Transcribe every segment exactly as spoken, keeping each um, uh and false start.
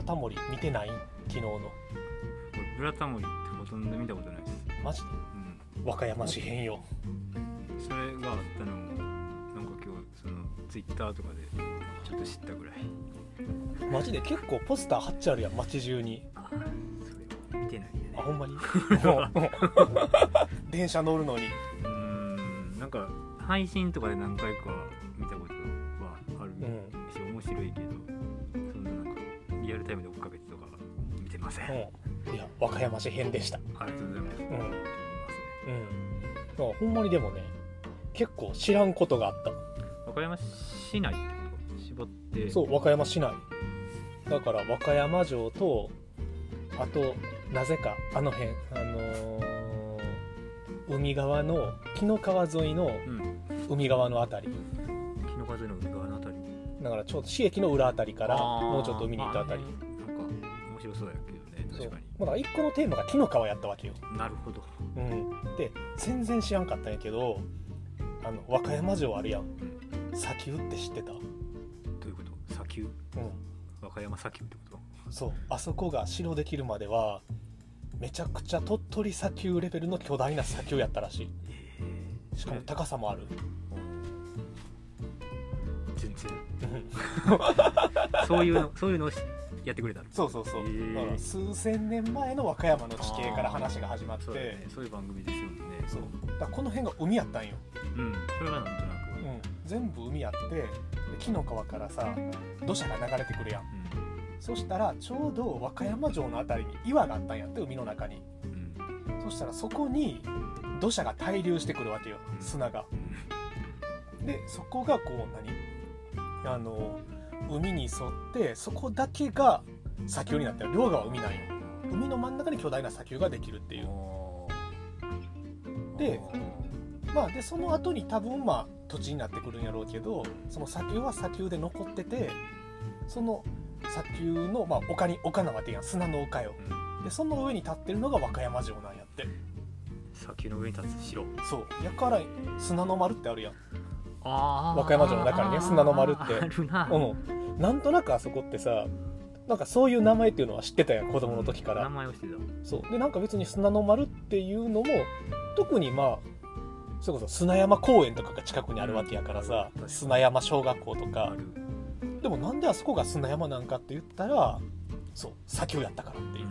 タモリ見てない？昨日の。 俺ブラタモリってほとんど見たことないです。 マジで？うん、和歌山市編よ。 それがあったのもなんか今日そのツイッターとかでちょっと知ったぐらい。 マジで結構ポスター貼っちゃうやん、街中に。 あ、それ見てないんでね。 あ、ほんまに電車乗るのに。 うーん、なんか配信とかで何回か見たことはあるし、うん、面白いけど、そんななんかリアルタイムで追っかけてとか見てません、 うん、いや和歌山市編でした。 ありがとうございます。うん、見ますね。 うん、ほんまにでもね結構知らんことがあった。 和歌山市内ってこと絞って。 そう、和歌山市内だから和歌山城とあとなぜかあの辺あのー、海側の紀の川沿いの海側のあたり、 紀、うん、の川沿いの海側のあたりだからちょうど市駅の裏あたりからもうちょっと海に行ったあたり、 あ、なんか面白そうやけどね。確かに。 まだ一個のテーマが紀の川やったわけよ。 なるほど。 うん、で全然知らんかったんやけど、あの和歌山城あるやん、うん、砂丘って知ってた？どういうこと？砂丘？うん、和歌山砂丘ってこと？ そう、あそこが城できるまではめちゃくちゃ鳥取砂丘レベルの巨大な砂丘やったらしい。えー、しかも高さもある。 全然そういうのそういうのをやってくれたの。 そうそうそう、えー、だから数千年前の和歌山の地形から話が始まって、そう、ね、 そういう番組ですよね。 そうだからこの辺が海やったんよ。 うん、それはなんとなく、うん、 全部海やって、で紀の川からさ土砂が流れてくるやん、うん、そしたらちょうど和歌山城のあたりに岩があったんやって、海の中に、うん、そしたらそこに土砂が滞留してくるわけよ、うん、砂が、うん、でそこがこう何あの海に沿ってそこだけが砂丘になってる。両側海なんよ。海の真ん中に巨大な砂丘ができるっていう。でまあでその後に多分まあ土地になってくるんやろうけど、その砂丘は砂丘で残ってて、その砂丘の、まあ、丘に丘なわけやん、砂の丘よ、うん、でその上に立ってるのが和歌山城なんやって。 砂丘の上に立つ城。 そうやから砂の丸ってあるやん。 あ和歌山城の中にね砂の丸ってあるな、 うん、なんとなくあそこってさなんかそういう名前っていうのは知ってたやん、子供の時から、 うん、名前を知ってた。 そうでなんか別に砂の丸っていうのも特にまあそれこそ砂山公園とかが近くにあるわけやからさ、うん、砂山小学校とか。でもなんであそこが砂山なんかって言ったら、そう砂丘やったからっていう、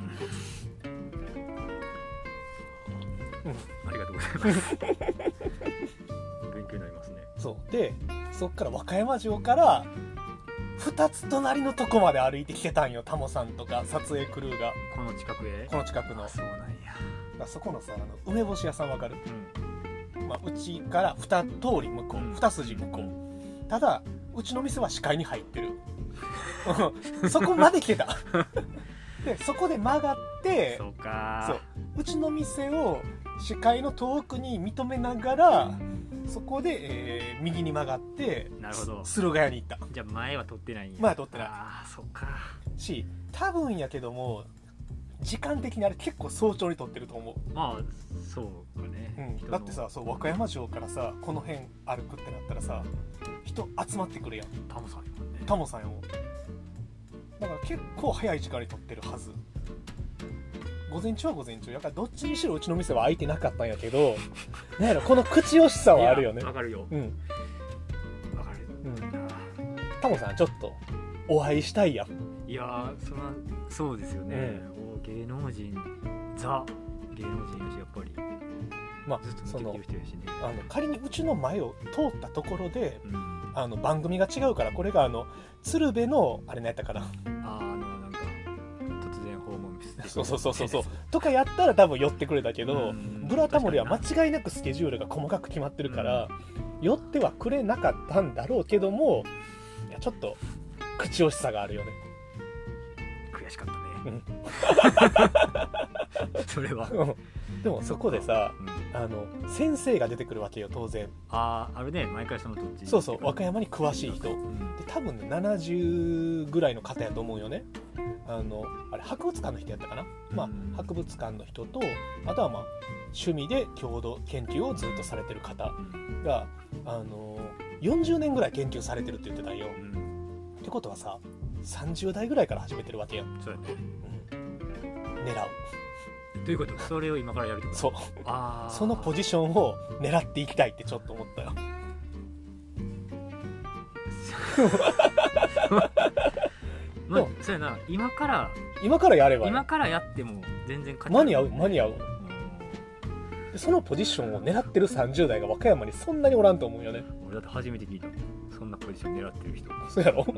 うんうん、ありがとうございます勉強になりますね。 そうでそっから和歌山城からふたつ隣のとこまで歩いてきてたんよ、タモさんとか撮影クルーが。 この近くへ。 この近くの。 あ、そうなんや。 だそこのさあの梅干し屋さんわかる？うん、まあ、うちからに通り向こう、に筋向こう。ただうちの店は視界に入ってるそこまで来てたでそこで曲がって、 そうか、 そううちの店を視界の遠くに認めながら、そこで、えー、右に曲がって、 なるほど、 駿河屋に行った。 じゃあ前は撮ってないんや。 前は撮ってない。 ああ、そうか。 し多分やけども時間的にあれ結構早朝に撮ってると思う。 まあそうかね、 うん、だってさ、そう和歌山城からさこの辺歩くってなったらさ人集まってくるやん。 タモさんよね。 タモさんよ。だから結構早い時間に撮ってるはず。午前中は午前中やからどっちにしろうちの店は開いてなかったんやけどなんやろこの口惜しさはあるよね。 わかるよ。 うん。 わかる。 うん。タモさんちょっとお会いしたいやん。 いやー、そのそうですよね。うん、芸能人ザ芸能人やし、やっぱり。 まあ、 ずっと見てきてる人やしね。 あの仮にうちの前を通ったところで、 うん、 あの番組が違うから、これがあの鶴瓶のあれ何やったかな、 ああのなんか突然訪問室そうそうそうそうそうとかやったら多分寄ってくれたけど、うん、ブラタモリは間違いなくスケジュールが細かく決まってるから、うん、寄ってはくれなかったんだろうけども、いやちょっと口惜しさがあるよね。 悔しかったね、うん、それはでもそこでさ、うん、あの先生が出てくるわけよ当然。 ああ、あるね、毎回その土地。 そうそう、和歌山に詳しい人、うん、で多分ねななじゅうぐらいの方やと思うよね。あのあれ博物館の人やったかな、うん、まあ博物館の人と、あとはまあ趣味で郷土研究をずっとされてる方が、あのよんじゅうねんぐらい研究されてるって言ってたんよ、うん、ってことはささんじゅう代ぐらいから始めてるわけやん。 そうやね、 うん、狙う。 どういうこと？それを今からやるってこと？ そう、あそのポジションを狙っていきたいってちょっと思ったよまあ、そうやな、今から今からやれば、ね、 今からやっても全然勝間に合う間に合う、うん、そのポジションを狙ってるさんじゅう代が和歌山にそんなにおらんと思うよね。 俺だって初めて聞いた、そんなポジション狙ってる人。 そうやろ、 うん、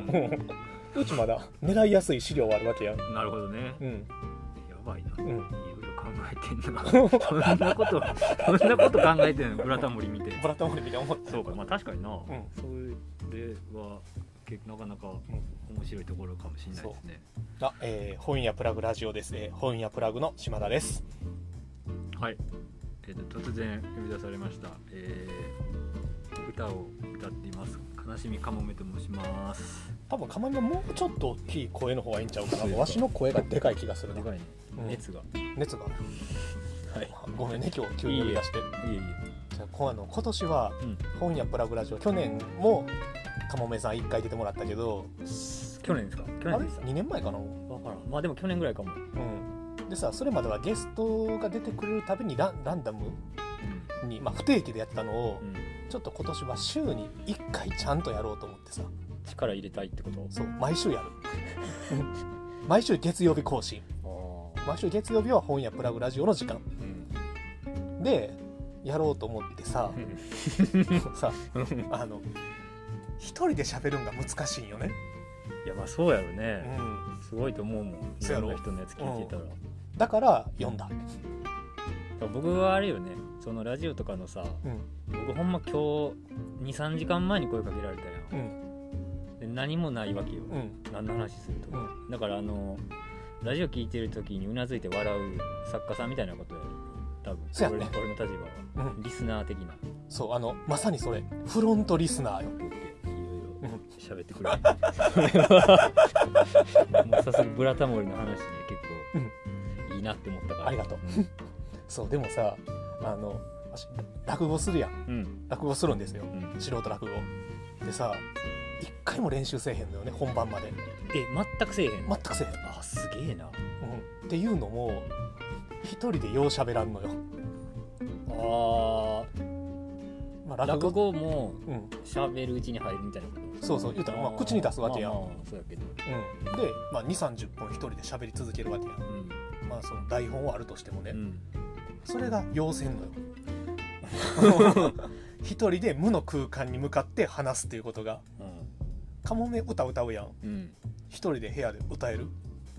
うちまだ狙いやすい資料はあるわけやん。 なるほどね、 うん、 やばいな、 うん、 いろいろ考えてんなそんなことそんなこと考えてんの、ブラタモリ見て。 ブラタモリ見て思った。 そうか、まあ確かにな、うん、それはなかなか面白いところかもしれないですね。 あ、えー、本屋プラグラジオです、えー、本屋プラグの島田です。 はい、えー、と突然呼び出されました、えー、歌を歌っています悲しみかもめと申します。 多分かまみはもうちょっと大きい声の方がいいんちゃうかな。わしの声がでかい気がするな。 でかいね、うん、熱が熱がはい、 ごめんね今日急に呼び出して。いいえいいえ。じゃあ今今年は本屋プラグラジオ、去年もかもめさんいっかい出てもらったけど、 去年ですか？去年でした。 にねんまえかな、 分からん。まあでも去年ぐらいかも。 うん。でさ、それまではゲストが出てくれるたびに ラ, ランダムに、まあ、不定期でやってたのを、うん、ちょっと今年は週にいっかいちゃんとやろうと思ってさ。 力入れたいってこと？ そう、毎週やる毎週月曜日更新。毎週月曜日は本屋プラグラジオの時間、うん、でやろうと思ってささあの一人で喋るんが難しいんよね。 いやまあそうやろね、うん、すごいと思うもん、いろんな人のやつ聞いてたら、うん、 だから読んだ。 僕はあれよね、そのラジオとかのさ、うん、僕ほんま今日 にさんじかんまえに声かけられたやん、うん、で何もないわけよ、うん、何の話するとか、うん、だからあのラジオ聞いてる時にうなずいて笑う作家さんみたいなことやる多分。そうやね、俺の立場は、うん、リスナー的な。 そう、あのまさにそれフロントリスナーよ。 喋ってくれもう早速ブラタモリの話ね、結構いいなって思ったから、うん、 ありがとう、うん、そうでもさ、あの落語するやん、うん、落語するんですよ、うん、素人落語でさ、一回も練習せえへんのよね、本番まで。 え、全くせえへん？ 全くせえへん。 あ、すげえな、 うん、っていうのも一人でよう喋らんのよ。 あー、まあ、落語も喋るうちに入るみたいなこと、 うん、そうそう言うたら、まあ、口に出すわけやん、 まあまあ、そうやけど、 うん、で、まあ、にじゅうさんじゅっぷん一人で喋り続けるわけやん、うん、まあその台本はあるとしてもね、うん、それが要せんのよ一人で無の空間に向かって話すっていうことが、うん、かもめ歌歌うやん、うん、一人で部屋で歌える？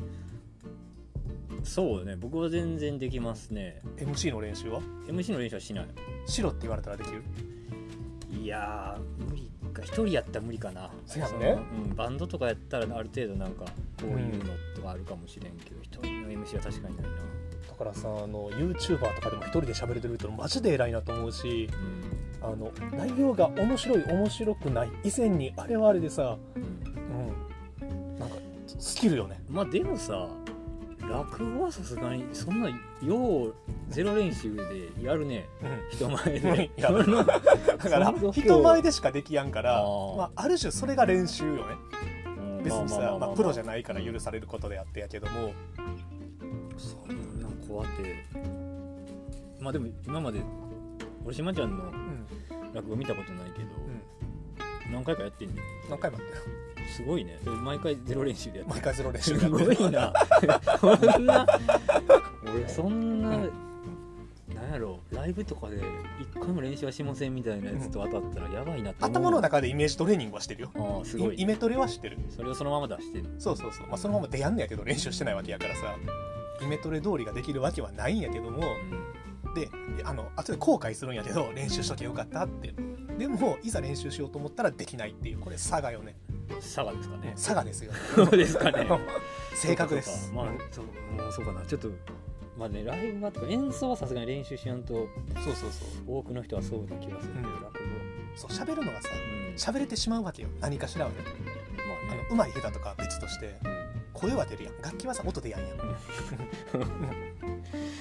そうね、僕は全然できますね。 エムシー の練習は？ エムシー の練習はしない。 しろって言われたらできる？ いやー無理か、一人やったら無理かな。 そうやね、 うん、バンドとかやったらある程度なんかこういうのとかあるかもしれんけど、一、うん、人の エムシー は確かにないな。 だからさ、あの YouTuber とかでも一人で喋れてる人マジで偉いなと思うし、うん、あの内容が面白い面白くない以前にあれはあれでさ、うん、うん、なんかスキルよね。 まあでもさ、落語はさすがにそんなようゼロ練習でやるね、うん、人前でやるだから人前でしかできやんから、あ、まあ、ある種それが練習よね、うん、別にさプロじゃないから許されることであってやけども、 そんな怖ってまあでも今まで俺島ちゃんの落語見たことないけど、うん、何回かやってんねん。 何回もやってる。 すごいね。毎回ゼロ練習でやってる。 毎回ゼロ練習でやってる。すごいな。そんな俺そんな、うん、なんやろ、ライブとかで一回も練習はしませんみたいなやつと当たったらやばいなって思う。 頭の中でイメージトレーニングはしてるよ。 ああ、すごい。 イメトレはしてる。 それをそのまま出してる。 そうそうそう。まあそのまま出やんねやけど練習してないわけやからさ、イメトレ通りができるわけはないんやけども、うん、で、あの後で後悔するんやけど練習しときゃよかったって。でもいざ練習しようと思ったらできないっていう、これ差がよね。 差がですかね。 差がですよ。 そうですかね。 正確です。 まあそう、そうかな。ちょっとまあね、ライブはとか演奏はさすがに練習しやんと、そうそうそう。 多くの人はそうな気がするけど、うん、落語。 そう喋るのがさ、喋、うん、れてしまうわけよ。何かしらはね。まあね、あの上手い下手とかは別として、うん、声は出るやん。楽器はさ音でやんやん。って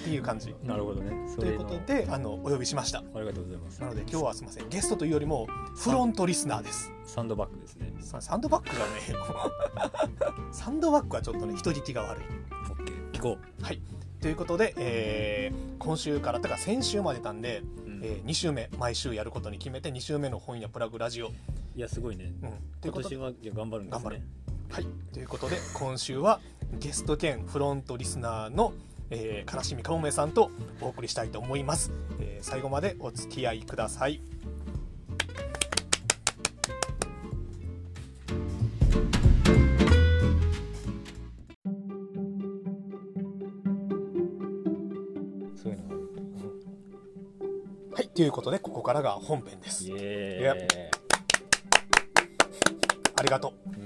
っていう感じ。 なるほどね。 ということであのお呼びしました。 ありがとうございます。 なので今日はすみません、ゲストというよりもフロントリスナーです。 サンドバッグですね。 サンドバッグじゃねえよサンドバッグはちょっとね人聞きが悪い。 オッケー、聞こう。はい、ということで、えー、今週からとか先週までたんで、うん、えー、に週目毎週やることに決めてに週目の本屋プラグラジオ。 いやすごいね、うん、 ということ今年はじゃ頑張るんですね。頑張る。 はい、ということで今週はゲスト兼フロントリスナーの、えー、悲しみかもめさんとお送りしたいと思います、えー、最後までお付き合いください。そういうのはい、ということでここからが本編です。イエーイ、ありがとう、うん、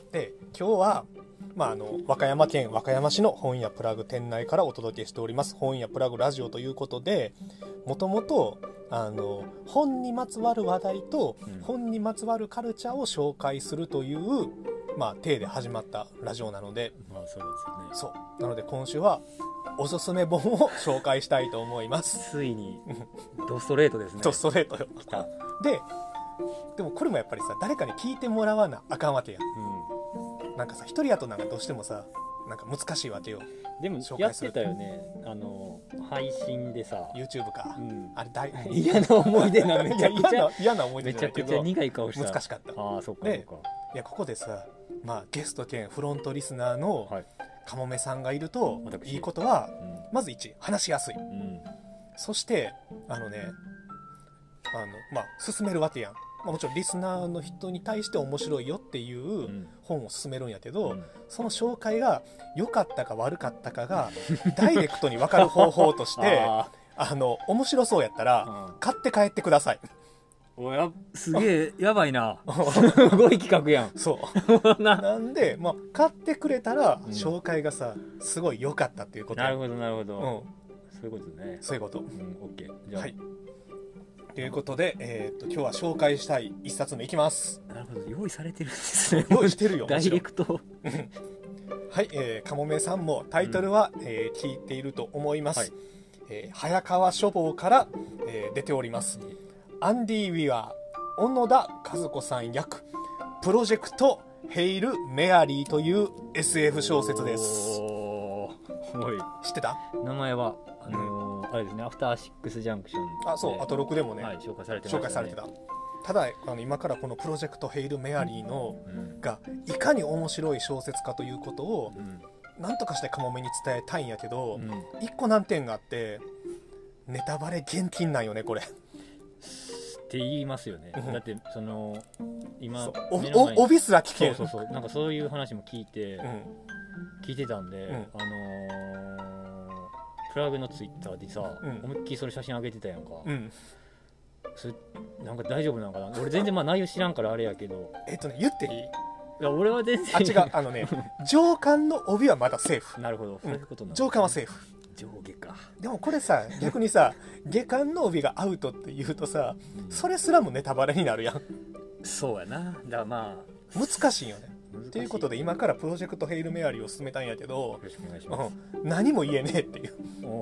で今日は、まあ、あの和歌山県和歌山市の本屋プラグ店内からお届けしております本屋プラグラジオということで、もともとあの本にまつわる話題と、うん、本にまつわるカルチャーを紹介するという、まあ、体で始まったラジオなので、 まあそうですよね。 そうなので今週はおすすめ本を紹介したいと思います。 ついにドストレートですね。 ドストレートよ。ででもこれもやっぱりさ誰かに聞いてもらわなあかんわけや、うん、なんかさ一人やとなんかどうしてもさなんか難しいわけよ。 でもやってたよね、あの配信でさ YouTube か、うん、あれ大嫌な思い出なめちゃくちゃ嫌な思い出じゃないけどめちゃくちゃ苦い顔した難しかった。 ああそっかそっか。 でいやここでさ、まあ、ゲスト兼フロントリスナーのかもめさんがいると、はい、いいことは、うん、まずいち話しやすい、うん、そしてあのねあのまあ進めるわけやん。まあ、もちろんリスナーの人に対して面白いよっていう本を勧めるんやけど、うん、その紹介が良かったか悪かったかがダイレクトに分かる方法としてあの面白そうやったら買って帰ってください。 おやすげえやばいなすごい企画やん。 そうな, なんで、まあ、買ってくれたら紹介がさすごい良かったっていうこと。 なるほどなるほど、うん、そういうことね。 そういうこと、うん、 オッケー。じゃあ、はい、 ということで、えー、と今日は紹介したい一冊目いきます。 なるほど、用意されてるんですね。 用意してるよダイレクトはい、えー、かもめさんもタイトルは、うんえー、聞いていると思います、はいえー、早川書房から、えー、出ております、アンディ・ウィアー小野田和子さん役プロジェクトヘイル・メアリーという エスエフ 小説です。 お知ってた？ 名前はあのーうん、あれですね、アフターシックスジャンクション。 あ、そう、アトロクでもね、 はい、紹介されてましたね。 紹介されてた。ただあの今からこのプロジェクトヘイル・メアリーの、うん、がいかに面白い小説かということを、うん、なんとかしてカモメに伝えたいんやけど、うん、一個難点があってネタバレ厳禁なんよねこれ。 って言いますよね、うん、だってその今お帯すら聞けん。 そうそうそう、なんかそういう話も聞いて、うん、聞いてたんで、うん、あのー、プラグのツイッターでさ、うん、思いっきりそれ写真上げてたやんか、うん、それなんか大丈夫なのかな。俺全然まあ内容知らんからあれやけどえっとね言っていい？ いや俺は全然あ違うあのね上巻の帯はまだセーフ。 なるほど、そういうことなの。 上巻はセーフ。 上下か。 でもこれさ逆にさ下巻の帯がアウトって言うとさ、うん、それすらもネタバレになるやん。 そうやな。だからまあ難しいよね。ということで今からプロジェクトヘイルメアリーを進めたんやけど、 よろしくお願いします、 うん、何も言えねえっていう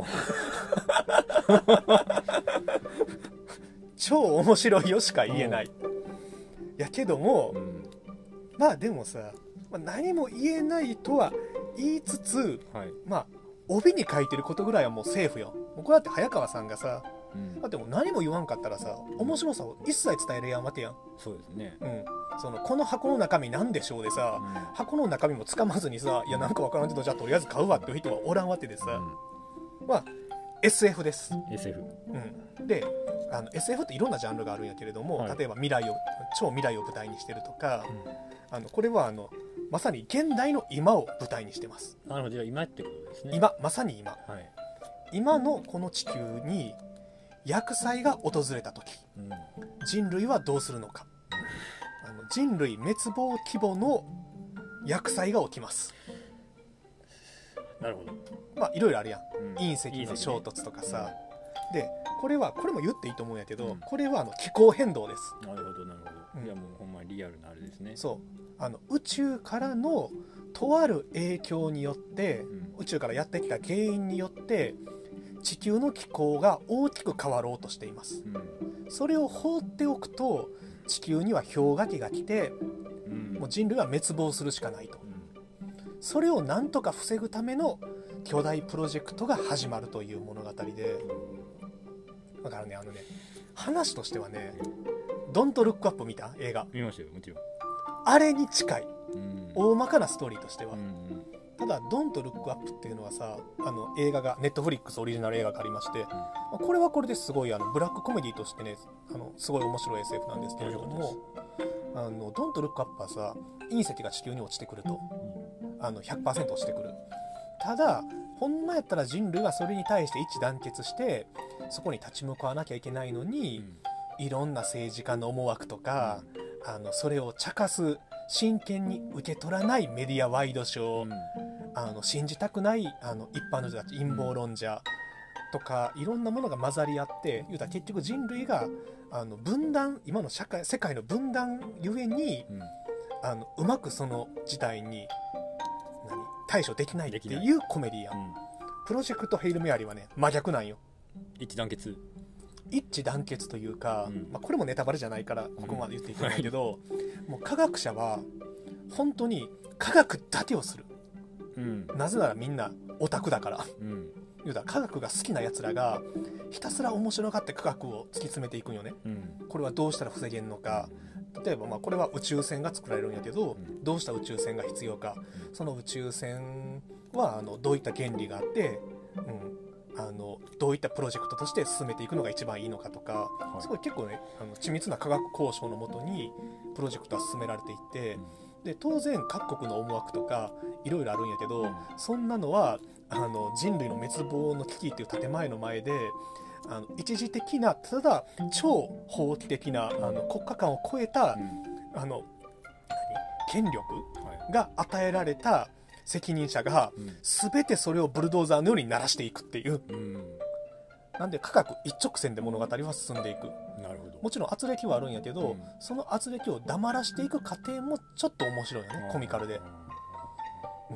超面白いよしか言えない、やけども、うん、まあでもさ、まあ、何も言えないとは言いつつ、はい、まあ帯に書いてることぐらいはもうセーフよ。もうこれだって早川さんがさ、うん、だってもう何も言わんかったらさ面白さを一切伝えれやんわけやん。 そうですね、 うん、そのこの箱の中身なんでしょうでさ、うん、箱の中身もつかまずにさいやなんかわからんけどじゃあとりあえず買うわっていう人はおらんわけでさ、うん、まあ エスエフ です。 エスエフ、 うん、であの エスエフ っていろんなジャンルがあるんやけれども、はい、例えば未来を超未来を舞台にしてるとか、うん、あのこれはあのまさに現代の今を舞台にしてます。 なるほど、じゃあ今ってことですね。 今まさに今、はい、今のこの地球に厄災が訪れた時、うん、人類はどうするのか、うん、あの人類滅亡規模の厄災が起きます。 なるほど。 まあいろいろあるやん、うん、隕石の衝突とかさ、ね、でこれはこれも言っていいと思うんやけど、うん、これはあの気候変動です。 なるほどなるほど、うん、いやもうほんまリアルなあれですね。 そうあの宇宙からのとある影響によって、うん、宇宙からやってきた原因によって地球の気候が大きく変わろうとしています、うん、それを放っておくと地球には氷河期が来て、うん、もう人類は滅亡するしかないと、うん、それをなんとか防ぐための巨大プロジェクトが始まるという物語で、だからね、あのね、話としてはね、ドントルックアップ見た？映画見ましたよ、もちろん。あれに近い、うん、大まかなストーリーとしては、うん、ただドントルックアップっていうのはさ、あの映画がネットフリックスオリジナル映画がありまして、うん、これはこれですごいあのブラックコメディとしてね、あのすごい面白い エスエフ なんですけれども、あのドントルックアップはさ、隕石が地球に落ちてくると、あの ひゃくパーセント 落ちてくる。ただほんまやったら人類はそれに対して一致団結してそこに立ち向かわなきゃいけないのに、うん、いろんな政治家の思惑とか、うん、あのそれを茶化す真剣に受け取らないメディアワイドショー、うん、あの信じたくないあの一般の人たち陰謀論者とか、いろんなものが混ざり合って言うたら結局人類があの分断、今の社会世界の分断ゆえに、うん、あのうまくその事態に何対処できないっていうコメディやん、うん、プロジェクトヘイルメアリーはね真逆なんよ。 一致団結一致団結というか、うんまあ、これもネタバレじゃないからここまで言っていけないけど、うん、もう科学者は本当に科学だけをする、うん、なぜならみんなオタクだから、うん、言うたら科学が好きなやつらがひたすら面白がって科学を突き詰めていくんよね、うん、これはどうしたら防げんのか、例えばまあこれは宇宙船が作られるんやけど、うん、どうした宇宙船が必要か、うん、その宇宙船はあのどういった原理があって、うん、あのどういったプロジェクトとして進めていくのが一番いいのかとか、はい、すごい結構ねあの緻密な科学交渉のもとにプロジェクトは進められていって、うん、で当然各国の思惑とかいろいろあるんやけど、うん、そんなのはあの人類の滅亡の危機っていう建前の前であの一時的なただ超法規的なあの国家間を超えた、うん、あの何権力が与えられた責任者が、うん、全てそれをブルドーザーのように鳴らしていくっていう、うん、なんで科学一直線で物語は進んでいく。なるほど。もちろん圧力はあるんやけど、うん、その圧力を黙らしていく過程もちょっと面白いよね、コミカルで、うん、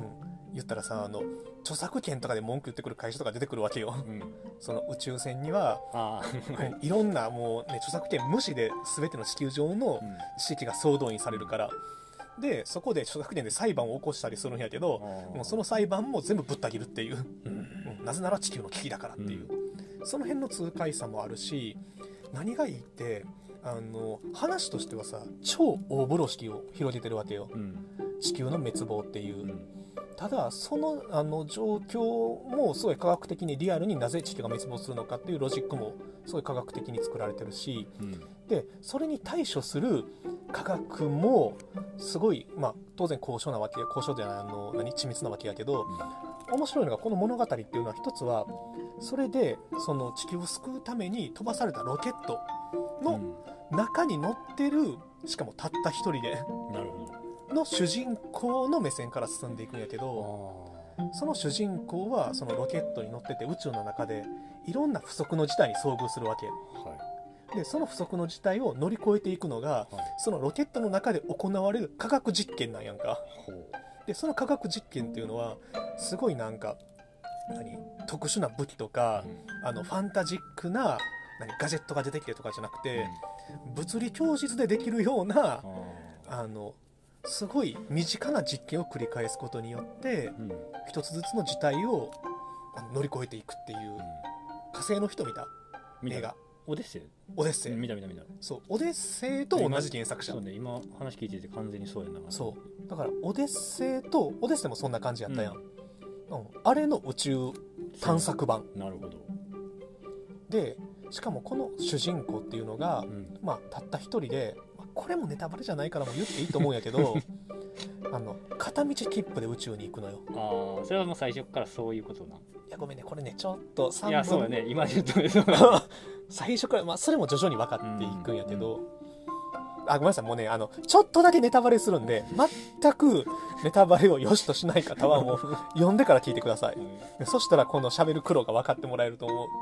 言ったらさあの著作権とかで文句言ってくる会社とか出てくるわけよ、うん、その宇宙船にはあいろんなもう、ね、著作権無視で全ての地球上の地域が総動員されるから、うん、でそこで著作権で裁判を起こしたりするんやけど、もうその裁判も全部ぶった切るっていう、うんうん、なぜなら地球の危機だからっていう、うん、その辺の痛快さもあるし、何がいいってあの話としてはさ超大風呂敷を広げてるわけよ、うん、地球の滅亡っていう、うん、ただその、あの状況もすごい科学的にリアルになぜ地球が滅亡するのかっていうロジックもすごい科学的に作られてるし、うん、でそれに対処する科学もすごい、まあ、当然高尚なわけ高尚ではないあの何緻密なわけやけど、うん、面白いのがこの物語っていうのは一つはそれでその地球を救うために飛ばされたロケットの中に乗ってる、しかもたった一人で、なるほどの主人公の目線から進んでいくんやけど、その主人公はそのロケットに乗ってて宇宙の中でいろんな不測の事態に遭遇するわけ、はい、でその不測の事態を乗り越えていくのが、はい、そのロケットの中で行われる科学実験なんやんか。でその科学実験っていうのはすごいなんか何特殊な武器とか、うん、あのファンタジックな何ガジェットが出てきてとかじゃなくて、うん、物理教室でできるようなあのすごい身近な実験を繰り返すことによって、うん、一つずつの事態を乗り越えていくっていう、うん、火星の人見た映画オデッセイオデッセイ見た見た見た。 そうオデッセイと同じ原作者。 そうね、今話聞いてて完全にそうやな。 そうだからオデッセイとオデッセイもそんな感じやったやん、うんうん、あれの宇宙探索版。 なるほど。 でしかもこの主人公っていうのが、うん、まあたった一人で、まあ、これもネタバレじゃないからもう言っていいと思うんやけどあの片道切符で宇宙に行くのよ。 ああ、それはもう最初からそういうことな。いやごめんね、これねちょっとさんぶん、 いやそうだね今言うとね最初から、まあ、それも徐々に分かっていくんやけど、うんうん、あごめんなさいもうねあのちょっとだけネタバレするんで全くネタバレを良しとしない方はもう読んでから聞いてください、うん、そしたらこの喋る苦労が分かってもらえると思う。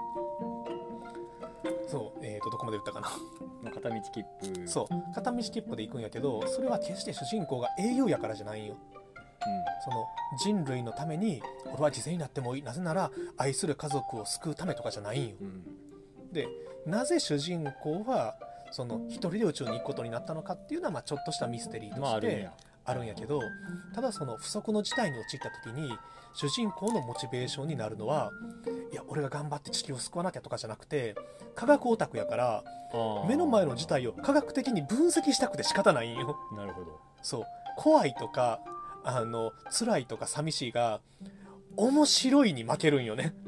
そう、えーとどこまで言ったかな片道切符。 そう片道切符で行くんやけど、それは決して主人公が英雄やからじゃないんよ。 その人類のために俺は犠牲になってもいい、なぜなら愛する家族を救うためとかじゃないんよ、うん、でなぜ主人公はその一人で宇宙に行くことになったのかっていうのはまあちょっとしたミステリーとしてあるんやけど、ただその不測の事態に陥った時に主人公のモチベーションになるのは、いや俺が頑張って地球を救わなきゃとかじゃなくて、科学オタクやから目の前の事態を科学的に分析したくて仕方ないんよ。 なるほど。 そう、怖いとかあの辛いとか寂しいが面白いに負けるんよね。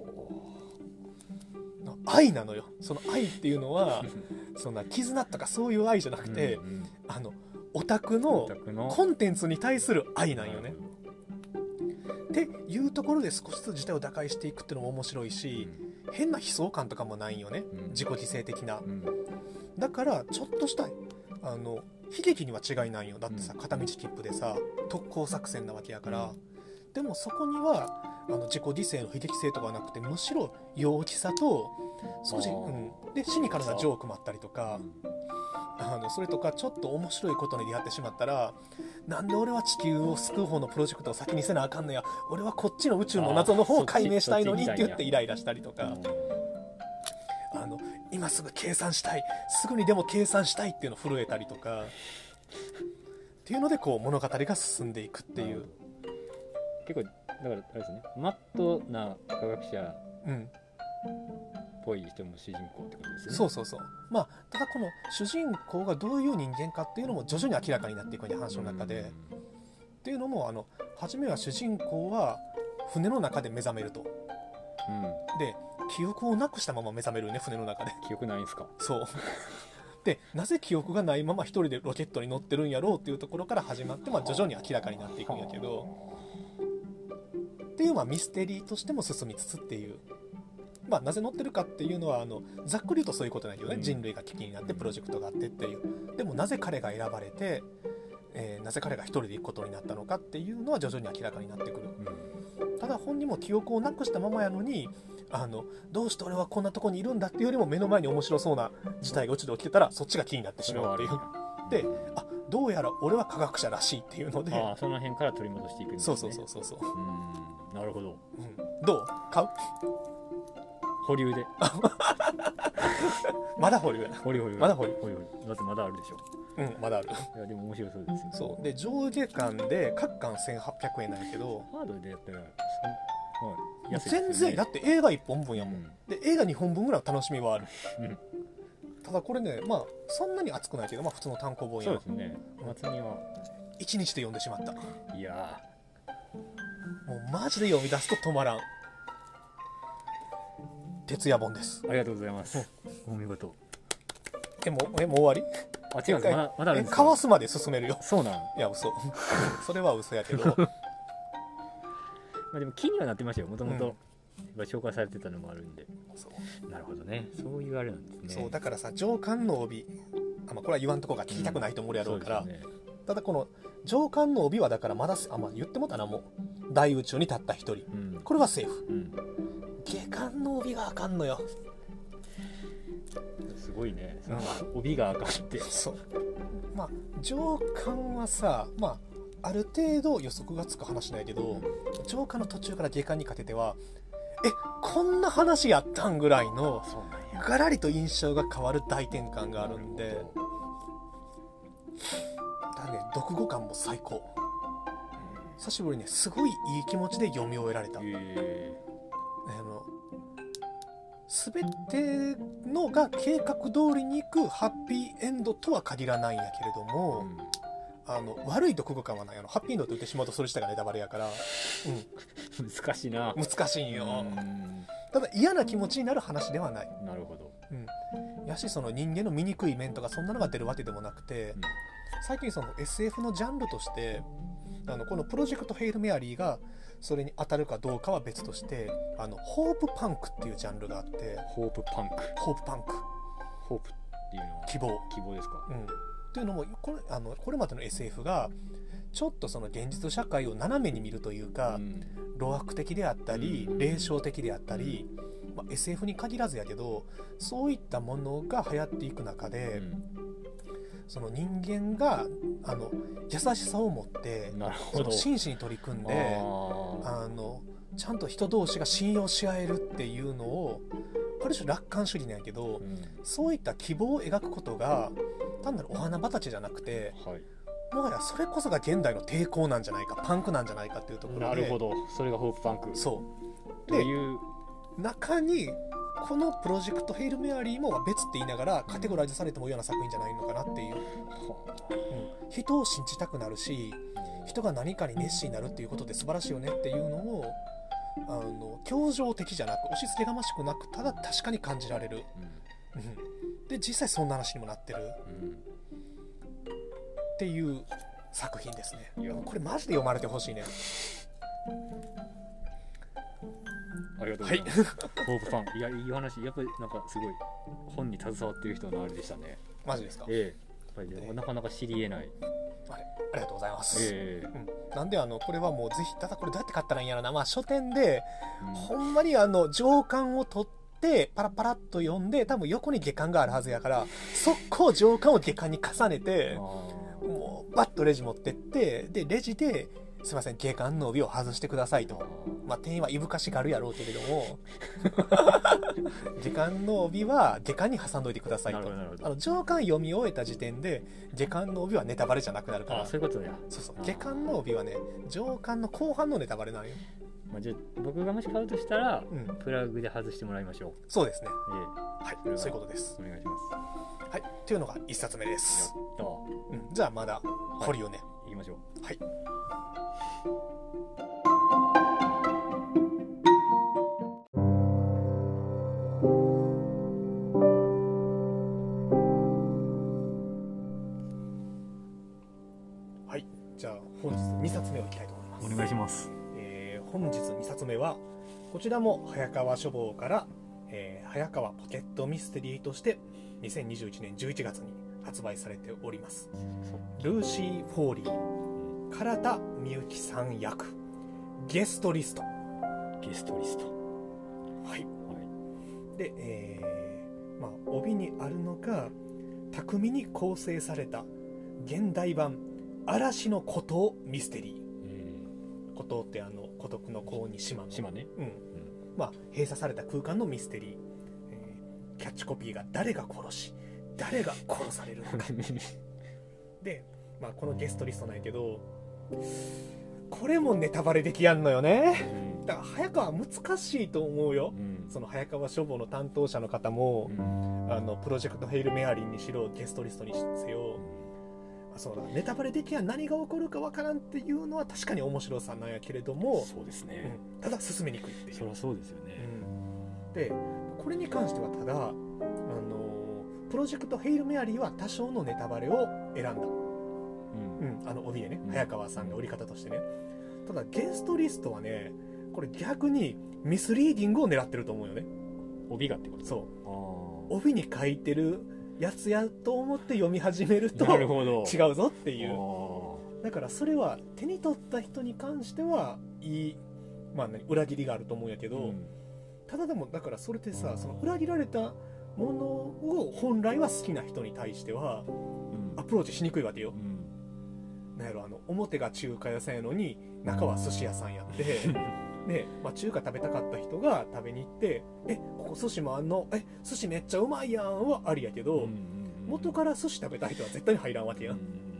愛なのよ。その愛っていうのはそんな絆とかそういう愛じゃなくて、うんうん、あのオタクのコンテンツに対する愛なんよね。っていうところで少しずつ事態を打開していくっていうのも面白いし、うん、変な悲壮感とかもないんよね、うん、自己犠牲的な、うん、だからちょっとしたあの悲劇には違いないよ。だってさ、片道切符でさ特攻作戦なわけやから、うん、でもそこにはあの自己犠牲の悲劇性とかはなくて、むしろ陽気さと少し、うん、でシニカルなジョークもあったりとか、あのそれとかちょっと面白いことに出会ってしまったら、なんで俺は地球を救う方のプロジェクトを先にせなあかんのや、俺はこっちの宇宙の謎の方を解明したいのにって言ってイライラしたりとか、あの今すぐ計算したい、すぐにでも計算したいっていうのを震えたりとかっていうのでこう物語が進んでいくっていう、 結構だからあれですね、マットな科学者、うんっぽい人も主人公ってことですよね。 そうそうそう。まあただこの主人公がどういう人間かっていうのも徐々に明らかになっていくんで、話の中で。っていうのも、あの初めは主人公は船の中で目覚めると。うん、で記憶をなくしたまま目覚めるね、船の中で。 記憶ないんすか？ そう。でなぜ記憶がないまま一人でロケットに乗ってるんやろうっていうところから始まって、まあ、徐々に明らかになっていくんやけど、っていうまあミステリーとしても進みつつっていう。まあ、なぜ乗ってるかっていうのはあのざっくり言うとそういうことなんだけどね、うん、人類が危機になってプロジェクトがあってっていう。でもなぜ彼が選ばれて、えー、なぜ彼が一人で行くことになったのかっていうのは徐々に明らかになってくる、うん、ただ本人も記憶をなくしたままやのに、あのどうして俺はこんなとこにいるんだっていうよりも目の前に面白そうな事態が宇宙で起きてたらそっちが気になってしまうっていうで、あ、どうやら俺は科学者らしいっていうので、 あ、その辺から取り戻していくんですね。 そうそうそうそう。 うーん、なるほど、 うん、どう買う？ 保留でまだ保留やな。 保留保留まだ保留保留だってまだあるでしょ。 うん、まだある。 いやでも面白そうですよ。 そうで上下巻で各巻せんはっぴゃくえんなんやけど、 ハードでやったらそん、はい、全然だって映画いっぽんぶんやもん、うん、で映画にほんぶんぐらいの楽しみはある、うん、ただこれね、まあそんなに熱くないけど、まあ普通の単行本や。 そうですね。夏にはいちにちで読んでしまった。 いやもうマジで読み出すと止まらん徹夜本です。 ありがとうございます。お見事。 えもうえもう終わり？ あ、違うんです。まだまだあるんですか？ かわすまで進めるよ。 そうなん？ いや嘘。それは嘘やけど。まあでも気にはなってましたよ。もともと紹介されてたのもあるんで。そう。なるほどね。そういうあれなんですね。 そうだからさ、上巻の帯、あ、まあ、これは言わんとこが聞きたくないと思うやろうから。うん、ね、ただこの上巻の帯はだからまだ、あ、まあ、言ってもたな、もう大宇宙に立った一人、うん、これはセーフ。うん、下巻の帯があかんのよ。 すごいね、うん、帯があかんって。 そうまあ上巻はさ、まあある程度予測がつく話なんやけど、上巻の途中から下巻にかけてはえこんな話やったんぐらいのガラリと印象が変わる大転換があるんで、だね、読後感も最高。久しぶりにね、すごいいい気持ちで読み終えられた。えー、あの全てのが計画通りにいくハッピーエンドとは限らないんやけれども、うん、あの悪い読後感はない。あのハッピーエンドって言ってしまうとそれ自体がネタバレやから、 うん、難しいな。 難しいんよ。ただ嫌な気持ちになる話ではない。 なるほど。 うん、やしその人間の醜い面とかそんなのが出るわけでもなくて、うん、最近その エスエフ のジャンルとしてあのこのプロジェクトヘイルメアリーがそれに当たるかどうかは別として、あのホープパンクっていうジャンルがあって。 ホープパンク。 ホープパンク。 ホープっていうのは希望。 希望ですか。 うん。っていうのもこれあのこれまでの エスエフ がちょっとその現実社会を斜めに見るというか、うん、露悪的であったり、うん、霊障的であったり、まあ、エスエフ に限らずやけどそういったものが流行っていく中で、 その人間があの優しさを持ってその真摯に取り組んであのちゃんと人同士が信用し合えるっていうのをある種楽観主義なんやけど、うん、そういった希望を描くことが単なるお花畑じゃなくて、はい、もはやそれこそが現代の抵抗なんじゃないか、パンクなんじゃないかっていうところで。 なるほど、それがホープパンク。 そうでいう中にこのプロジェクトヘイルメアリーも別って言いながらカテゴライズされてもいいような作品じゃないのかなっていう、うん、人を信じたくなるし人が何かに熱心になるっていうことで素晴らしいよねっていうのをあの教条的じゃなく押し付けがましくなくただ確かに感じられる、うん、で実際そんな話にもなってる、うん、っていう作品ですね。いやこれマジで読まれてほしいね。 ありがとうございます、はい、ホープファン、いやいい話、やっぱりなんかすごい本に携わってる人のあれでしたね。 マジですか。 ええ、やっぱり、ね、なかなか知り得ない、 はい、ありがとうございます、 ええ、 うん、なんであのこれはもうぜひただこれどうやって買ったらいいんやろな、まあ書店で、うん、ほんまにあの上巻を取ってパラパラっと読んで多分横に下巻があるはずやから速攻上巻を下巻に重ねてもうバッとレジ持ってってでレジですいません下巻の帯を外してくださいと、まあ店員はいぶかしがるやろうけれども下巻の帯は下巻に挟んどいてくださいと。あの上巻読み終えた時点で下巻の帯はネタバレじゃなくなるから。 あ、そういうことや。 そうそう、下巻の帯はね上巻の後半のネタバレなんよ。 まあ、じゃあ僕がもし買うとしたら、うん、プラグで外してもらいましょう。 そうですね、 ええ、はい、そういうことです。 お願いします。 はい、というのがいっさつめです。 やった、 うん、じゃあまだ掘りをね、 はい、いきましょう。 はい、はい、じゃあ本日にさつめをいきたいと思います。 お願いします。 えー、本日にさつめはこちらも早川書房から、えー、早川ポケットミステリーとしてにせんにじゅういちねんじゅういちがつに発売されておりますルーシー・フォーリー唐田みゆきさん役ゲストリストゲストリストはい、はい、で、えーまあ、帯にあるのが巧みに構成された現代版嵐の孤島ミステリー。孤島ってあの孤独の孤に島の島ね、 うん、うん、まあ閉鎖された空間のミステリー、えー、キャッチコピーが誰が殺し誰が殺されるのかで、まあ、このゲストリストなんやけどこれもネタバレできやんのよね、うん、だから早川難しいと思うよ、うん、その早川書房の担当者の方も、うん、あのプロジェクトヘイルメアリーにしろゲストリストにせよ、うん、そうだネタバレできやん何が起こるかわからんっていうのは確かに面白さなんやけれどもそうですね、 うん、ただ進めにくいっていう。 そりゃそうですよね、 うん、でこれに関してはただあのプロジェクトヘイルメアリーは多少のネタバレを選んだ、うんうん、あの帯でね、うん、早川さんが売り方としてね。ただゲストリストはねこれ逆にミスリーディングを狙ってると思うよね。 帯がってこと。 そう帯に書いてるやつやと思って読み始めるとなるほど違うぞっていう。だからそれは手に取った人に関してはいい、まあ、ね、裏切りがあると思うんやけど、うん、ただでもだからそれってさその裏切られたものを本来は好きな人に対してはアプローチしにくいわけよ、うん、なんやろあの表が中華屋さんやのに中は寿司屋さんやってで、まあ、中華食べたかった人が食べに行ってえここ寿司もあんのえ寿司めっちゃうまいやんはありやけど、うんうんうん、元から寿司食べたい人は絶対に入らんわけやん、うん、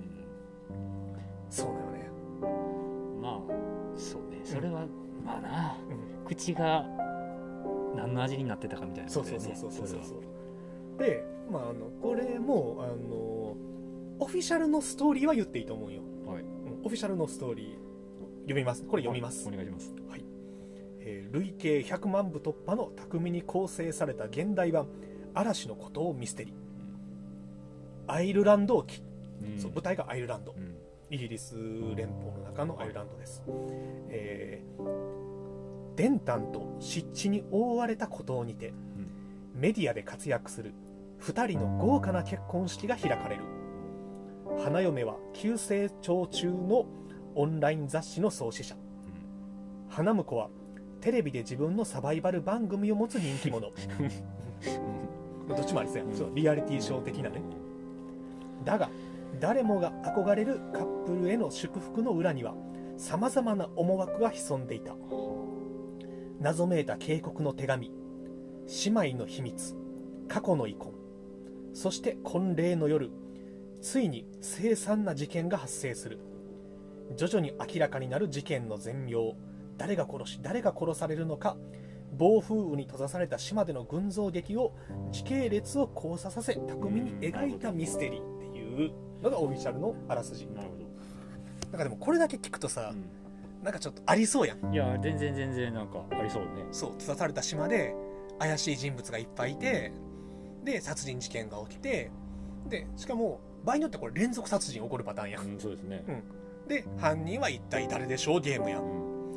そうだよね。 まあそうねそれは、うん、まあな、うん、口が何の味になってたかみたいな、ね、 そうそうそうそうそうそうで、まあ、あのこれもあのオフィシャルのストーリーは言っていいと思うよ、はい、うん、オフィシャルのストーリー読みます。これ読みます、 はい、お願いします、 はい、えー、累計ひゃくまんぶ突破の巧みに構成された現代版嵐の孤島ミステリー、うん、アイルランド沖、うん、そう舞台がアイルランド、うん、イギリス連邦の中のアイルランドです、えー伝丹と湿地に覆われた孤島にて、うん、メディアで活躍するふたりの豪華な結婚式が開かれる。花嫁は急成長中のオンライン雑誌の創始者、うん、花婿はテレビで自分のサバイバル番組を持つ人気者どっちもありそうやん、そうリアリティショー的なね。 だが誰もが憧れるカップルへの祝福の裏にはさまざまな思惑が潜んでいた。謎めいた警告の手紙、姉妹の秘密、過去の遺恨、そして婚礼の夜、ついに凄惨な事件が発生する。徐々に明らかになる事件の全容、誰が殺し誰が殺されるのか、暴風雨に閉ざされた島での群像劇を時系列を交差させ巧みに描いたミステリーっていうのがオフィシャルのあらすじ。 なるほど。 なんかでもこれだけ聞くとさ、うん、なんかちょっとありそうやん。 いや全然全然なんかありそうね。 そう、閉ざされた島で怪しい人物がいっぱいいて、で殺人事件が起きて、でしかも場合によってはこれ連続殺人起こるパターンやん、 うん、そうですね、 うん、で犯人は一体誰でしょうゲームやん、うん、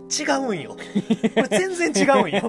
違うんよこれ全然違うんよ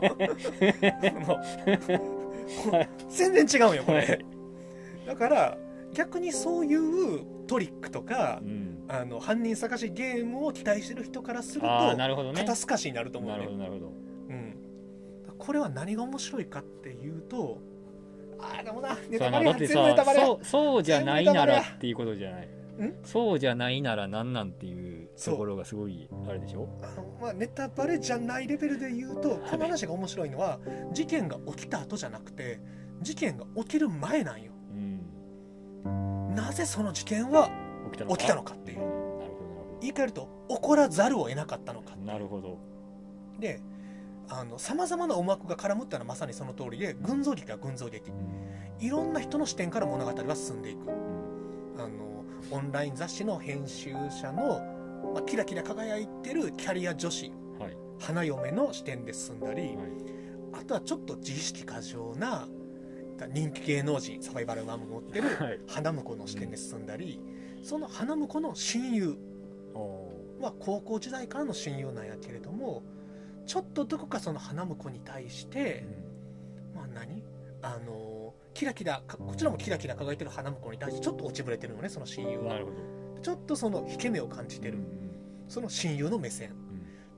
全然違うんよこれだから逆にそういうトリックとか、うん、あの犯人探しゲームを期待してる人からするとあ、なるほどね、 肩透かしになると思うね。 なるほどなるほど、 うん、これは何が面白いかっていうと、あーでもなネタバレや、全部ネタバレや。 そう、そうじゃないならっていうことじゃない。そうじゃないならなんなんっていうところがすごいあれでしょ。 あの、まあ、ネタバレじゃないレベルで言うと、この話が面白いのは事件が起きた後じゃなくて事件が起きる前なんよ、うん、なぜその事件は起きたのか、起きたのかっていう、うん、なるほどなるほど。言い換えると起こらざるを得なかったのか。 なるほど。でさまざまな思惑が絡むってのはまさにその通りで、群像劇は群像劇、いろんな人の視点から物語は進んでいく。あのオンライン雑誌の編集者の、まあ、キラキラ輝いてるキャリア女子、はい、花嫁の視点で進んだり、はい、あとはちょっと自意識過剰な人気芸能人、サバイバルマンも持ってる花婿の視点で進んだり、はい、その花婿の親友は高校時代からの親友なんやけれども、ちょっとどこかその花婿に対して、うん、まあ何あのキラキラこちらもキラキラ輝いてる花婿に対してちょっと落ちぶれてるのね、その親友は。なるほど。ちょっとその引け目を感じてる、うん、その親友の目線、うん、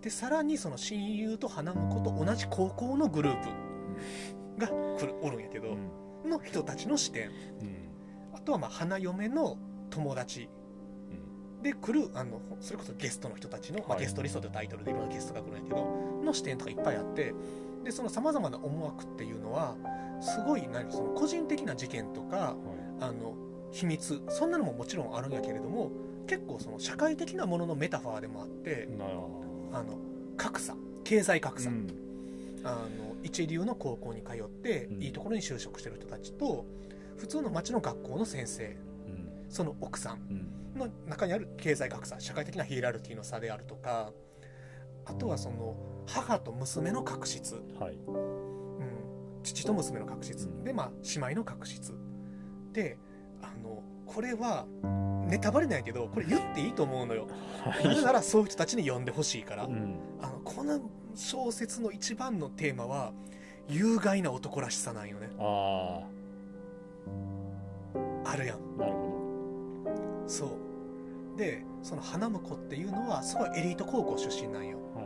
でさらにその親友と花婿と同じ高校のグループが来るおるんやけど、うん、の人たちの視点、うん、あとはまあ花嫁の友達で来る、あのそれこそゲストの人たちの、はい、まあ、ゲストリストというタイトルでいろんなゲストが来るんやけどの視点とかいっぱいあって、でそのさまざまな思惑っていうのはすごい何その個人的な事件とか、はい、あの秘密、そんなのももちろんあるんやけれども、結構その社会的なもののメタファーでもあって、あの格差、経済格差、うん、あの一流の高校に通って、うん、いいところに就職してる人たちと普通の町の学校の先生、うん、その奥さん、うんの中にある経済格差、社会的なヒエラルキーの差であるとか、あとはその母と娘の確執、はい、うん、父と娘の確執、うん、でまあ姉妹の確執で、あのこれはネタバレないけどこれ言っていいと思うのよ、はい、なぜならそういう人たちに読んでほしいから、うん、あのこの小説の一番のテーマは有害な男らしさなんよね。ああるやん。なるほど。そうで、その花婿っていうのはすごいエリート高校出身なんよ、はい、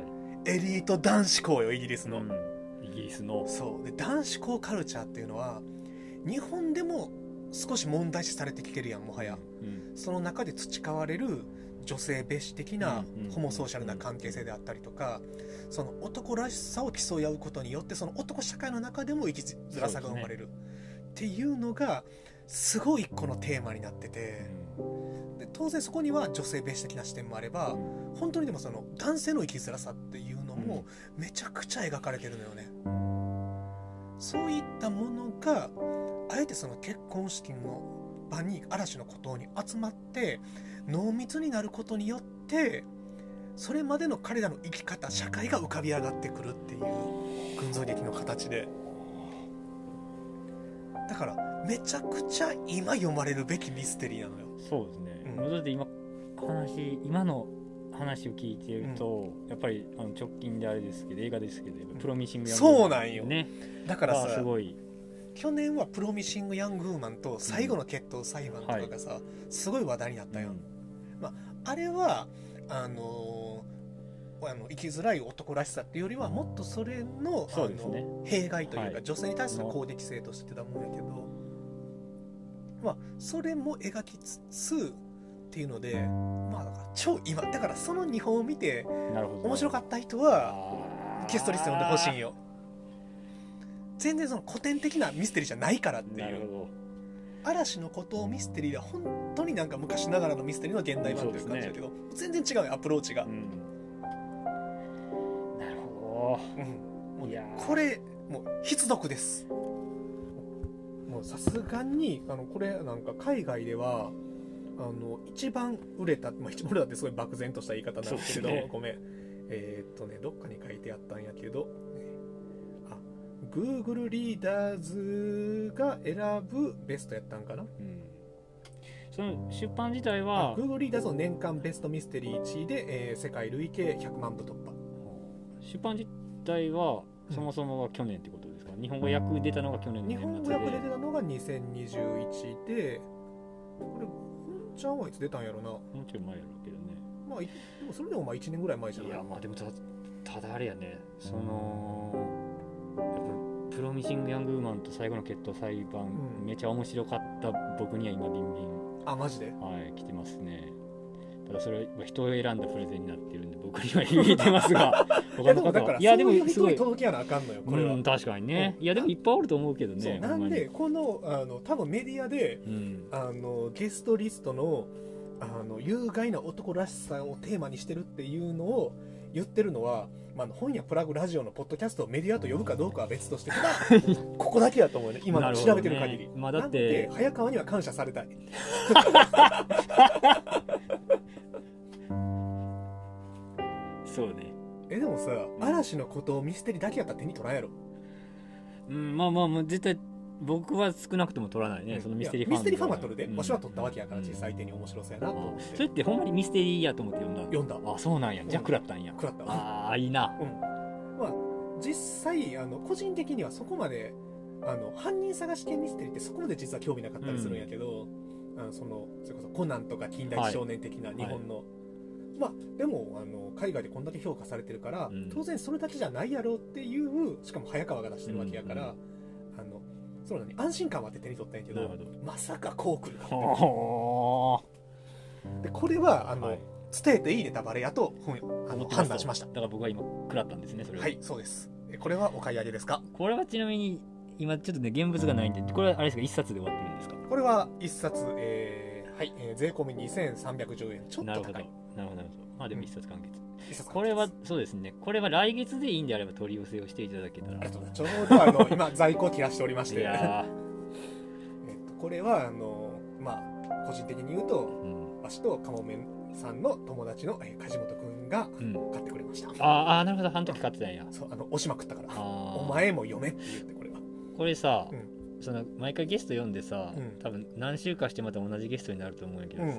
エリート男子校よ、イギリスの、うん、 イギリスのそうで、男子校カルチャーっていうのは日本でも少し問題視されてきてるやん、もはや、うん、その中で培われる女性蔑視的なホモソーシャルな関係性であったりとか、その男らしさを競い合うことによってその男社会の中でも生きづらさが生まれるっていうのがすごいこのテーマになってて、で当然そこには女性蔑視的な視点もあれば、本当にでもその男性の生きづらさっていうのもめちゃくちゃ描かれてるのよね。そういったものがあえてその結婚式の場に嵐の孤島に集まって濃密になることによって、それまでの彼らの生き方、社会が浮かび上がってくるっていう群像劇の形で、だからめちゃくちゃ今読まれるべきミステリーなのよ。 そうですね、うん、だって今話今の話を聞いてると、うん、やっぱりあの直近であれですけど映画ですけどプロミシングヤングウーマン、ね、 そうなんよ、だからさすごい去年はプロミシングヤングウーマンと最後の決闘裁判とかがさ、うんはい、すごい話題になったよ、うんまあ、あれはあのー、あの生きづらい男らしさっていうよりはもっとそれ の, あの、ね、弊害というか、はい、女性に対する攻撃性としてたもんやけど、 まあそれも描きつつっていうので、まあだから超今だからそのにほんを見て面白かった人はゲストリスト読んでほしいんよ。全然その古典的なミステリーじゃないからっていう。なるほど。嵐の孤島ミステリーでは本当になんか昔ながらのミステリーの現代版という感じだけど、ね、全然違うよアプローチが、うん、 なるほど、 うん、もういやこれもう必読です。もうさすがにあのこれなんか海外ではあの一番売れた、まあ、一番売れたってすごい漠然とした言い方なんですけど、ね、ごめんえー、っとねどっかに書いてあったんやけど、Google リーダーズが選ぶベストやったんかな、うん、 その出版自体は Google リーダーズの年間ベストミステリーいちいで、えー、世界累計ひゃくまんぶ突破。 出版自体はそもそもは去年ってことですか、うん、日本語訳出たのが去年の年末で日本語訳出たのがにせんにじゅういちで、これ本ちゃんはいつ出たんやろな。もうちょい前やろうけどね。 まあでもそれでもまあいちねんぐらい前じゃない。 いやまあでも た, ただあれやね、そのプロミシング・ヤング・ウーマンと最後の決闘裁判、うん、めちゃ面白かった僕には今ビンビンあマジではい来てますね。ただそれは人を選んだプレゼンになってるんで僕には響いてますが他の方はいやでもすごい届きやなあかんのよこれは、 うん、確かにね、うん、いやでもいっぱいあると思うけどね。 なんでこのあの多分メディアで、うん、あのゲストリストのあの有害な男らしさをテーマにしてるっていうのを言ってるのは、まあ、本やプラグラジオのポッドキャストをメディアと呼ぶかどうかは別としてここだけだと思うね今の調べてる限り、ね、まあ、だって早川には感謝されたいそうね。 えでもさ、うん、嵐のことをミステリーだけやったら手に取らんやろ。 うんまあまあまあ絶対僕は少なくとも取らないね、うん、そのミステリーファンミステリーファンは取るで、うん、わしは取ったわけやから実際手に面白そうやなと思って、 うん、それってほんまにミステリーやと思って読んだ読んだ。 あそうなんや、じゃあ食らったんや。 食らった。 ああいいな、 うん、まあ実際あの個人的にはそこまであの犯人探し系ミステリーってそこまで実は興味なかったりするんやけど、うん、あのそのそれこそコナンとか近代少年的な日本の、はいはい、まあでもあの海外でこんだけ評価されてるから、うん、当然それだけじゃないやろっていうしかも早川が出してるわけやから、うんうん、あのそうだね、安心感はあって手に取ったんやけ ど, どまさかこう来るかってでこれはあの、はい、伝えていいネタバレやとあの判断しました。 だから僕は今食らったんですねそれは。 はいそうです。これはお買い上げですか。 これはちなみに今ちょっとね現物がないんでこれはあれですか一冊で終わってるんですか。 これは一冊、えー、はい、えー、税込みにせんさんびゃくじゅうえんちょっと高い。なるほどなるほどなるほど。まあでも一冊完結、うん、これはそうですね。これは来月でいいんであれば取り寄せをしていただけたら。ありがとうございます。ちょうどあの今在庫を切らしておりましていやえっとこれはあのまあ個人的に言うと、うん、わしとかもめさんの友達の、えー、梶本くんが買ってくれました、うん、 ああなるほど。あの時買ってたんや。 そうあの押しまくったからお前も読めって言ってこれはこれさ、うん、その毎回ゲスト読んでさ、うん、多分何週かしてまた同じゲストになると思うんやけどさ、うん、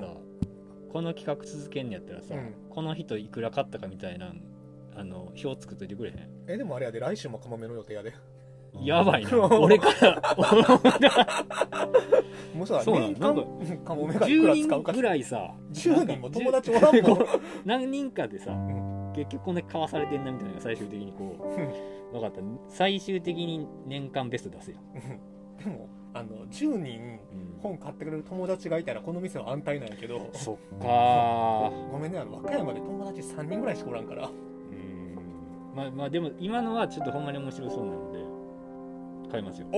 この企画続けんやったらさ、うん、この人いくら買ったかみたいなあの表作っといてくれへん。 えでもあれやで来週もかもめの予定やで。 やばいな俺からもうさ年間かもめがいくら使うかじゅうにんぐらいさじゅうにんも友達おらんもん何人かでさ、うん、結局こんな買わされてんなみたいなのが最終的にこう分かった最終的に年間ベスト出すやんでもあのじゅうにん本買ってくれる友達がいたらこの店は安泰なんやけど、 そっかごめんねあの和歌山で友達さんにんぐらいしかおらんから。 うんまあまあでも今のはちょっとほんまに面白そうなので買いますよ。 お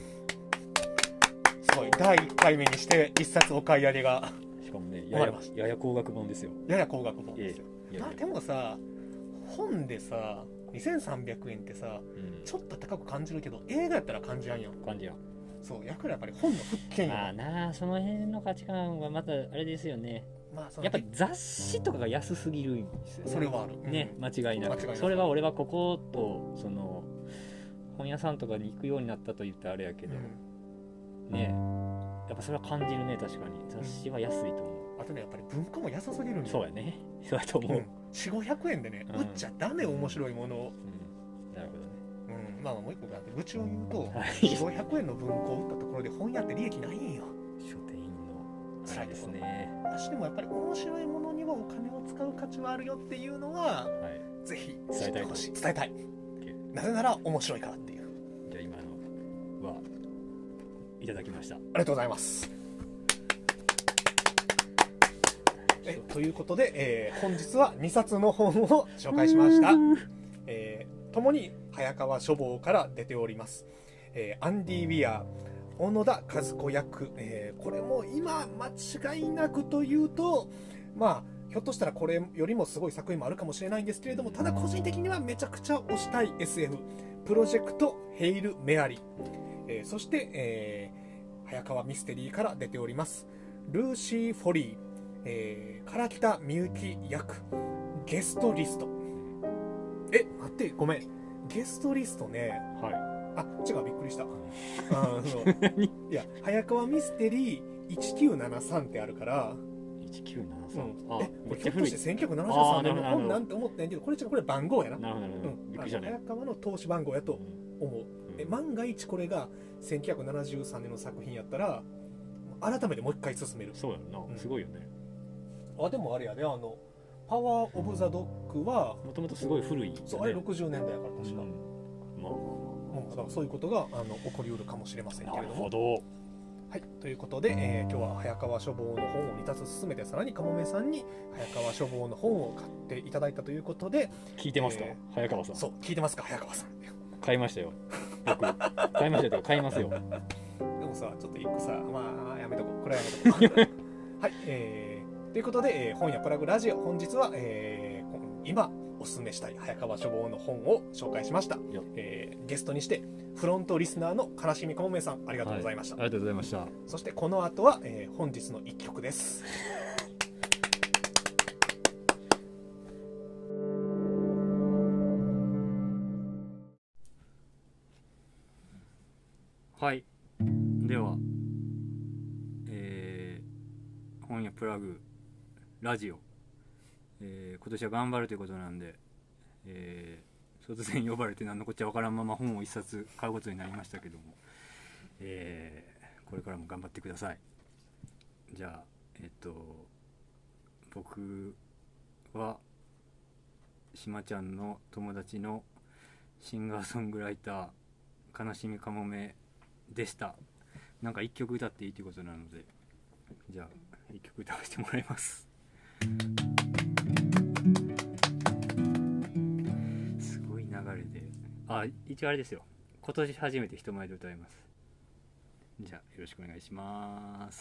すごいだいいっかいめにして一冊お買い上げがしかもねやや、やや高額本ですよ。 やや高額本ですよ、えー、いやいやでもさ本でさにせんさんびゃくえんってさ、うん、ちょっと高く感じるけど映画やったら感じやんやん。 感じやん。 そうやからやっぱり本の復権や。 まあなあその辺の価値観はまたあれですよね。まあ、やっぱり雑誌とかが安すぎるんですよね。 それはある、うん、 ね間違いなく。それは俺はこことその本屋さんとかに行くようになったと言ってあれやけど、うん、ねやっぱそれは感じるね。確かに雑誌は安いと思う、 うん、あとねやっぱり文化も安すぎるんだよ。 そうやねそうやと思う、うん、よんひゃくごひゃくえんでね、うん、売っちゃダメ面白いものを、 うん、なるほどね、 うん、まあもう一個があって愚痴を言うと、はい、よんひゃくごひゃくえんの文庫を売ったところで本屋って利益ないんよ。 書店員の辛いですね。 私でもやっぱり面白いものにはお金を使う価値はあるよっていうのは、はい、ぜひ知ってほしい。伝えたい。なぜなら面白いからっていう。 じゃあ今のはいただきました。ありがとうございます。 えということで、えー、本日はにさつの本を紹介しました。えー、共に早川書房から出ております。えー、アンディ・ウィアー、小野田和子役、えー、これも今間違いなくというと、まあひょっとしたらこれよりもすごい作品もあるかもしれないんですけれども、ただ個人的にはめちゃくちゃ推したい エスエフ プロジェクトヘイル・メアリー、えー、そして、えー、早川ミステリーから出ておりますルーシー・フォリー、えー、唐北みゆき役ゲストリスト。え待ってごめん、ゲストリストね、はいあ、違う、びっくりした。あのいや、早川ミステリーいちきゅうななさんってあるから、 いちきゅうななさん、 うん、え、これひょっとしてせんきゅうひゃくななじゅうさんねんの本なんて思ってんけど、これ違う、これ番号やな。 なるほど、なるほど、うん、びっくりしたね。 早川の投資番号やと思う。うん、え万が一これがせんきゅうひゃくななじゅうさんねんの作品やったら、改めてもう一回進める。 そうやな、うん、すごいよね。 あ、でもあれやで、あの、パワー・オブ・ザ・ドッグは、 もともとすごい古い、ね。 そう、あれろくじゅうねんだいやから、確か。うん、 まあまあまあ。 だからそういうことがあの起こりうるかもしれませんけれども。 なるほど。 はい、ということで、えー、今日は早川書房の本をにさつ進めて、さらにかもめさんに早川書房の本を買っていただいたということで。 聞いてますか、えー、早川さん。 そう、聞いてますか早川さん。 買いましたよ、僕買いましたよ、買いますよ。でもさ、ちょっと一個さ、まあやめとこう、これはやめとこうはい、えー、ということで、えー、本屋プラグラジオ、本日は、えー、今おすすめしたい早川書房の本を紹介しました。えー、ゲストにしてフロントリスナーの悲しみかもめさん、ありがとうございました。 はい、ありがとうございました。 そしてこの後は、えー、本日の一曲です。 はい、では、えー、本屋プラグラジオ、えー、今年は頑張るということなんで、えー、突然呼ばれて何のこっちゃわからんまま本を一冊買うことになりましたけども、えー、これからも頑張ってください。じゃあえっと僕はしまちゃんの友達のシンガーソングライター悲しみかもめでした。なんか一曲歌っていいということなので、じゃあ一曲歌わせてもらいます。すごい流れで、あ、一応あれですよ、今年初めて人前で歌います。じゃあよろしくお願いします。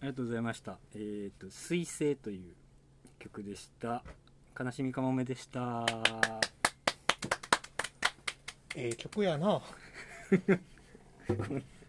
りがとうございました。えっ、ー、と水星という曲でした。悲しみかもめでした。 ええ曲やな